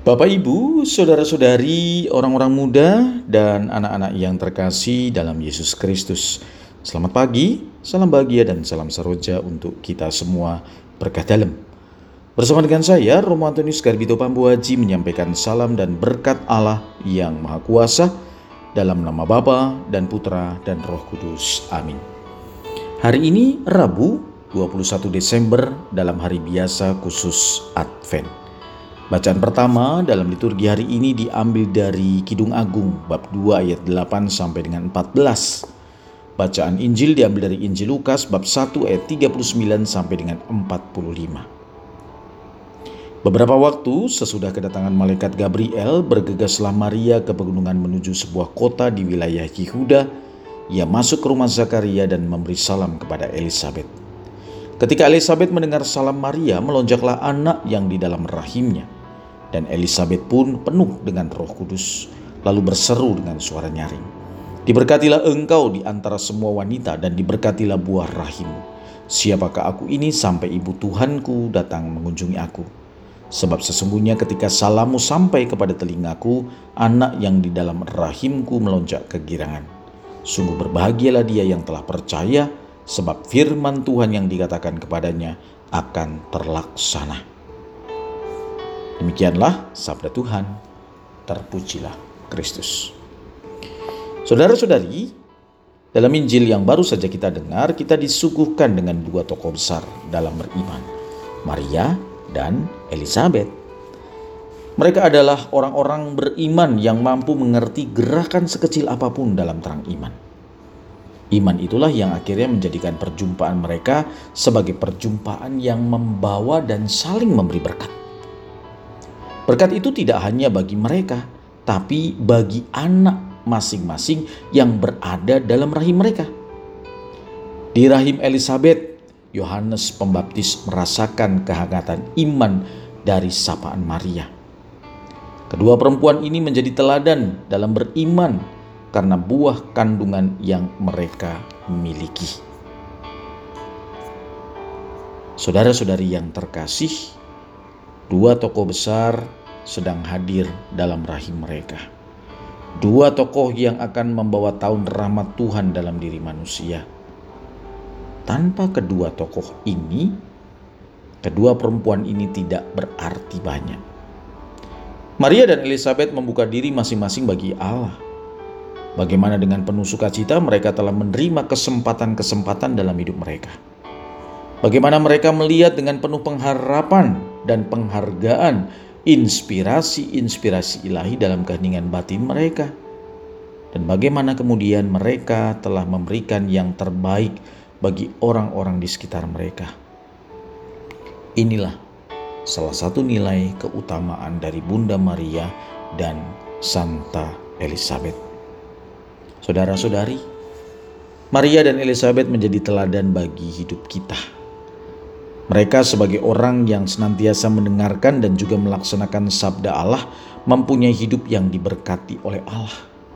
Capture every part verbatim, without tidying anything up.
Bapak, Ibu, saudara-saudari, orang-orang muda, dan anak-anak yang terkasih dalam Yesus Kristus. Selamat pagi, salam bahagia, dan salam saroja untuk kita semua berkah dalam. Bersama dengan saya, Romo Antonius Garbito Pambuaji menyampaikan salam dan berkat Allah yang Maha Kuasa dalam nama Bapa dan Putra dan Roh Kudus. Amin. Hari ini Rabu dua puluh satu Desember dalam hari biasa khusus Advent. Bacaan pertama dalam liturgi hari ini diambil dari Kidung Agung bab dua ayat delapan sampai dengan empat belas. Bacaan Injil diambil dari Injil Lukas bab satu ayat tiga puluh sembilan sampai dengan empat puluh lima. Beberapa waktu sesudah kedatangan malaikat Gabriel, bergegaslah Maria ke pegunungan menuju sebuah kota di wilayah Yehuda. Ia masuk ke rumah Zakaria dan memberi salam kepada Elisabet. Ketika Elisabet mendengar salam Maria, melonjaklah anak yang di dalam rahimnya. Dan Elisabet pun penuh dengan Roh Kudus, lalu berseru dengan suara nyaring, "Diberkatilah engkau di antara semua wanita, dan diberkatilah buah rahimmu. Siapakah aku ini sampai ibu Tuhanku datang mengunjungi aku? Sebab sesungguhnya ketika salammu sampai kepada telingaku, anak yang di dalam rahimku melonjak kegirangan. Sungguh berbahagialah dia yang telah percaya, sebab firman Tuhan yang dikatakan kepadanya akan terlaksana." Demikianlah sabda Tuhan. Terpujilah Kristus. Saudara-saudari, dalam Injil yang baru saja kita dengar, kita disuguhkan dengan dua tokoh besar dalam beriman, Maria dan Elisabet. Mereka adalah orang-orang beriman yang mampu mengerti gerakan sekecil apapun dalam terang iman. Iman itulah yang akhirnya menjadikan perjumpaan mereka sebagai perjumpaan yang membawa dan saling memberi berkat. Berkat itu tidak hanya bagi mereka, tapi bagi anak masing-masing yang berada dalam rahim mereka. Di rahim Elisabet, Yohanes Pembaptis merasakan kehangatan iman dari sapaan Maria. Kedua perempuan ini menjadi teladan dalam beriman karena buah kandungan yang mereka miliki. Saudara-saudari yang terkasih, dua tokoh besar sedang hadir dalam rahim mereka. Dua tokoh yang akan membawa tahun rahmat Tuhan dalam diri manusia. Tanpa kedua tokoh ini, kedua perempuan ini tidak berarti banyak. Maria dan Elisabet membuka diri masing-masing bagi Allah. Bagaimana dengan penuh sukacita mereka telah menerima kesempatan-kesempatan dalam hidup mereka. Bagaimana mereka melihat dengan penuh pengharapan dan penghargaan inspirasi-inspirasi ilahi dalam keheningan batin mereka. Dan bagaimana kemudian mereka telah memberikan yang terbaik bagi orang-orang di sekitar mereka. Inilah salah satu nilai keutamaan dari Bunda Maria dan Santa Elisabet. Saudara-saudari, Maria dan Elisabet menjadi teladan bagi hidup kita. Mereka sebagai orang yang senantiasa mendengarkan dan juga melaksanakan sabda Allah, mempunyai hidup yang diberkati oleh Allah.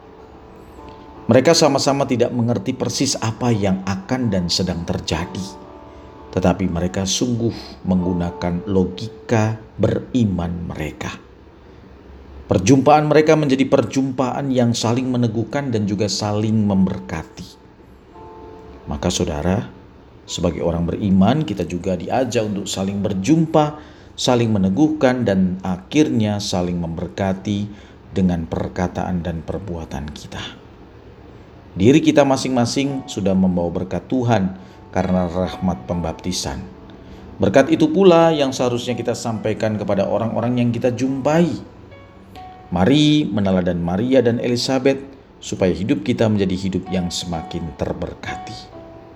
Mereka sama-sama tidak mengerti persis apa yang akan dan sedang terjadi, tetapi mereka sungguh menggunakan logika beriman mereka. Perjumpaan mereka menjadi perjumpaan yang saling meneguhkan dan juga saling memberkati. Maka saudara, sebagai orang beriman, kita juga diajak untuk saling berjumpa, saling meneguhkan, dan akhirnya saling memberkati dengan perkataan dan perbuatan kita. Diri kita masing-masing sudah membawa berkat Tuhan karena rahmat pembaptisan. Berkat itu pula yang seharusnya kita sampaikan kepada orang-orang yang kita jumpai. Mari meneladan Maria dan Elisabet supaya hidup kita menjadi hidup yang semakin terberkati.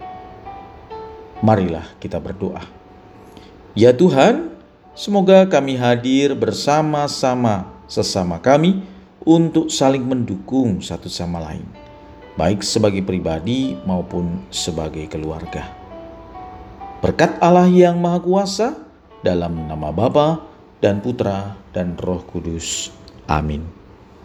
Marilah kita berdoa. Ya Tuhan, semoga kami hadir bersama-sama sesama kami untuk saling mendukung satu sama lain, baik sebagai pribadi maupun sebagai keluarga. Berkat Allah yang Maha Kuasa, dalam nama Bapa dan Putra dan Roh Kudus. Amin.